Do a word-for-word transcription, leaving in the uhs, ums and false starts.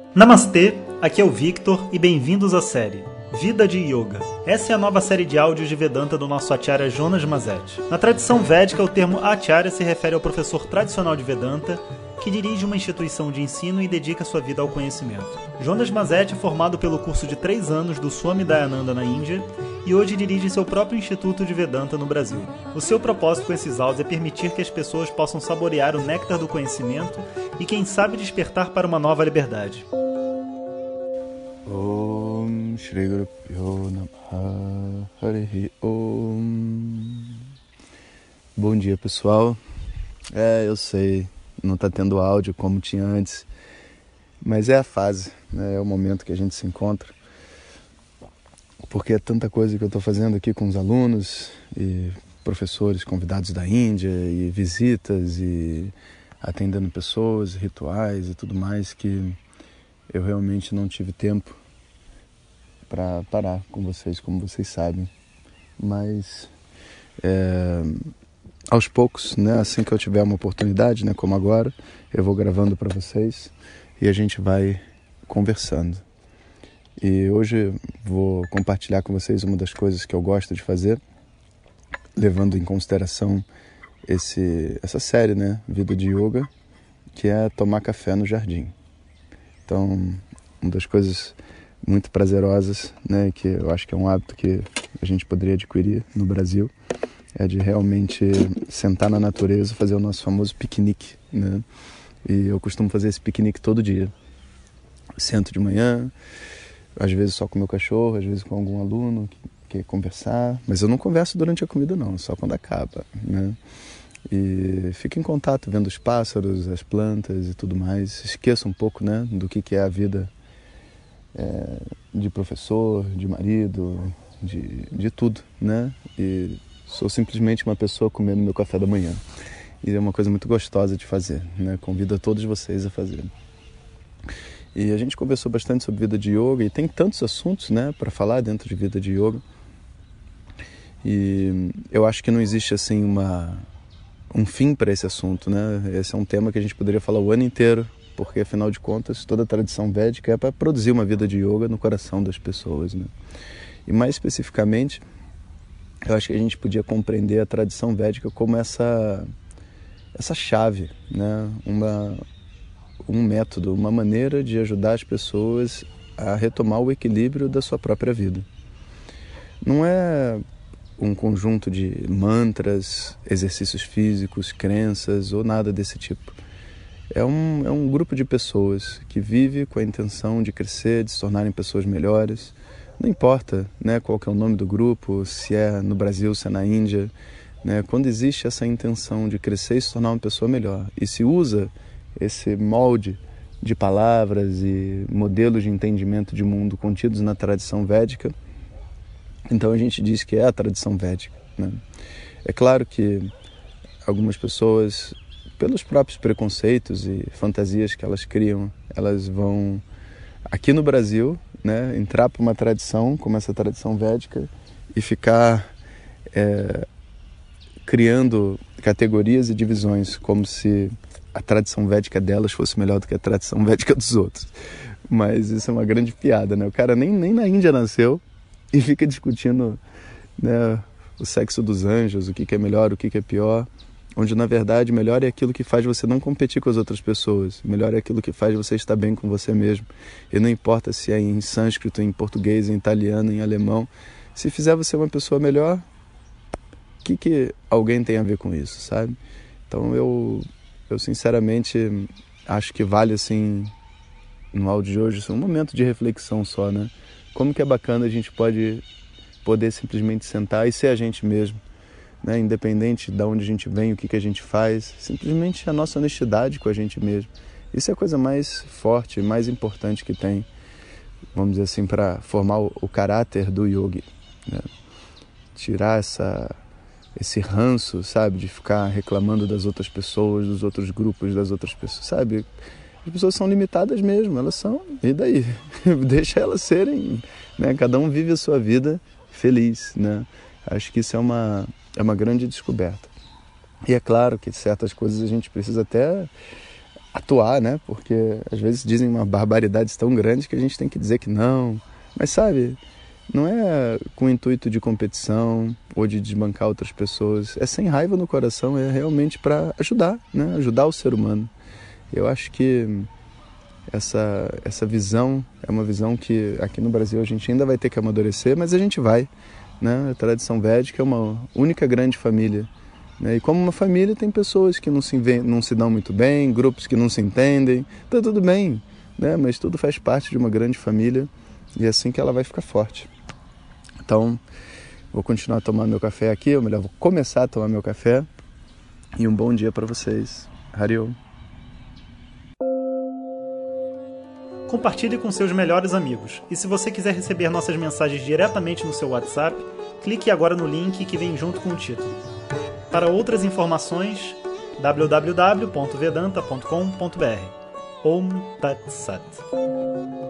Namastê, aqui é o Victor e bem-vindos à série Vida de Yoga. Essa é a nova série de áudios de Vedanta do nosso Acharya Jonas Mazetti. Na tradição védica, o termo Acharya se refere ao professor tradicional de Vedanta que dirige uma instituição de ensino e dedica sua vida ao conhecimento. Jonas Mazetti é formado pelo curso de três anos do Swami Dayananda na Índia e hoje dirige seu próprio Instituto de Vedanta no Brasil. O seu propósito com esses áudios é permitir que as pessoas possam saborear o néctar do conhecimento e, quem sabe, despertar para uma nova liberdade. Om Shri Guru Pyo Namaha Harihi Om. Bom dia, pessoal. É, eu sei, não está tendo áudio como tinha antes, mas é a fase, né? É o momento que a gente se encontra, porque é tanta coisa que eu estou fazendo aqui com os alunos e professores convidados da Índia e visitas e atendendo pessoas, rituais e tudo mais, que eu realmente não tive tempo para parar com vocês, como vocês sabem. Mas é, aos poucos, né, assim que eu tiver uma oportunidade, né, como agora, eu vou gravando para vocês e a gente vai conversando. E hoje vou compartilhar com vocês uma das coisas que eu gosto de fazer, levando em consideração esse, essa série, né, Vida de Yoga, que é tomar café no jardim. Então, uma das coisas muito prazerosas, né, que eu acho que é um hábito que a gente poderia adquirir no Brasil, é de realmente sentar na natureza, fazer o nosso famoso piquenique, né? E eu costumo fazer esse piquenique todo dia. Sento de manhã, às vezes só com o meu cachorro, às vezes com algum aluno que quer conversar, mas eu não converso durante a comida não, só quando acaba, né? E fico em contato vendo os pássaros, as plantas e tudo mais. Esqueço um pouco, né, do que, que é a vida é, de professor, de marido, de, de tudo, né? E sou simplesmente uma pessoa comendo meu café da manhã. E é uma coisa muito gostosa de fazer, né? Convido a todos vocês a fazer. E a gente conversou bastante sobre vida de yoga e tem tantos assuntos, né, para falar dentro de vida de yoga. E eu acho que não existe assim uma um fim para esse assunto, né? Esse é um tema que a gente poderia falar o ano inteiro, porque afinal de contas toda a tradição védica é para produzir uma vida de yoga no coração das pessoas, né? E mais especificamente, eu acho que a gente podia compreender a tradição védica como essa essa chave, né? Uma um método, uma maneira de ajudar as pessoas a retomar o equilíbrio da sua própria vida. Não é um conjunto de mantras, exercícios físicos, crenças ou nada desse tipo. É um, é um grupo de pessoas que vive com a intenção de crescer, de se tornarem pessoas melhores. Não importa, né, qual que é o nome do grupo, se é no Brasil, se é na Índia, né, quando existe essa intenção de crescer e se tornar uma pessoa melhor e se usa esse molde de palavras e modelos de entendimento de mundo contidos na tradição védica, então a gente diz que é a tradição védica, né? É claro que algumas pessoas, pelos próprios preconceitos e fantasias que elas criam, elas vão, aqui no Brasil, né, entrar para uma tradição como essa tradição védica e ficar é, criando categorias e divisões como se a tradição védica delas fosse melhor do que a tradição védica dos outros. Mas isso é uma grande piada, né? O cara nem, nem na Índia nasceu e fica discutindo, né, o sexo dos anjos, o que, que é melhor, o que, que é pior, onde na verdade melhor é aquilo que faz você não competir com as outras pessoas, melhor é aquilo que faz você estar bem com você mesmo. E não importa se é em sânscrito, em português, em italiano, em alemão, se fizer você uma pessoa melhor, o que, que alguém tem a ver com isso, sabe? Então eu, eu sinceramente acho que vale assim, no áudio de hoje, um momento de reflexão só, né? Como que é bacana a gente pode poder simplesmente sentar e ser a gente mesmo, né? Independente de onde a gente vem, o que, que a gente faz, simplesmente a nossa honestidade com a gente mesmo. Isso é a coisa mais forte, mais importante que tem, vamos dizer assim, para formar o, o caráter do yogi, né? Tirar essa, esse ranço, sabe, de ficar reclamando das outras pessoas, dos outros grupos, das outras pessoas, sabe? As pessoas são limitadas mesmo, elas são, e daí? Deixa elas serem, né? Cada um vive a sua vida feliz, né? Acho que isso é uma, é uma grande descoberta. E é claro que certas coisas a gente precisa até atuar, né? Porque às vezes dizem uma barbaridade tão grande que a gente tem que dizer que não. Mas sabe, não é com o intuito de competição ou de desbancar outras pessoas. É sem raiva no coração, é realmente para ajudar, né? Ajudar o ser humano. Eu acho que essa, essa visão é uma visão que aqui no Brasil a gente ainda vai ter que amadurecer, mas a gente vai, né? A tradição védica é uma única grande família, né? E como uma família tem pessoas que não se, não se dão muito bem, grupos que não se entendem, tá tudo bem, né? Mas tudo faz parte de uma grande família e é assim que ela vai ficar forte. Então, vou continuar tomando meu café aqui, ou melhor, vou começar a tomar meu café. E um bom dia para vocês. Hariom. Compartilhe com seus melhores amigos. E se você quiser receber nossas mensagens diretamente no seu WhatsApp, clique agora no link que vem junto com o título. Para outras informações, w w w ponto vedanta ponto com ponto b r. Om Tat Sat.